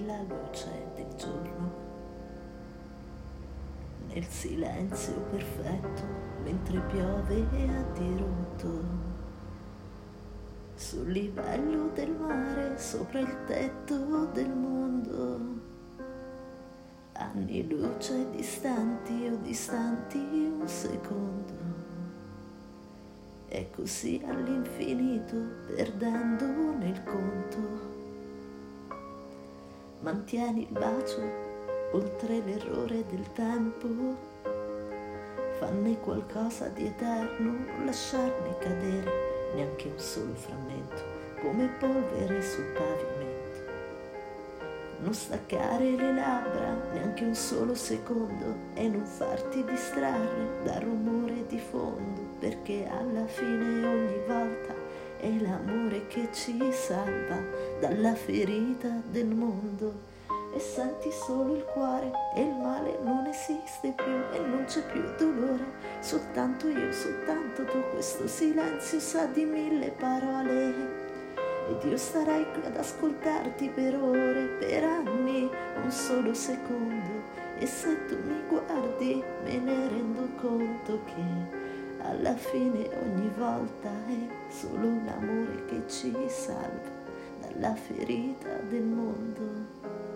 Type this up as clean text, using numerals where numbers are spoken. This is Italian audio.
nella luce del giorno, nel silenzio perfetto, mentre piove a dirotto, sul livello del mare, sopra il tetto del mondo, anni luce distanti o distanti un secondo, e così all'infinito, perdendo nel conto. Mantieni il bacio oltre l'errore del tempo, fanne qualcosa di eterno, non lasciarne cadere neanche un solo frammento, come polvere sul pavimento. Non staccare le labbra neanche un solo secondo e non farti distrarre dal rumore di fondo, perché alla fine ogni volta è l'amore che ci salva dalla ferita del mondo. E senti solo il cuore e il male non esiste più e non c'è più dolore, soltanto io, soltanto tu, questo silenzio sa di mille parole. Ed io starei qui ad ascoltarti per ore, per anni, un solo secondo. E se tu mi guardi me ne rendo conto che alla fine ogni volta è solo un amore che ci salva dalla ferita del mondo.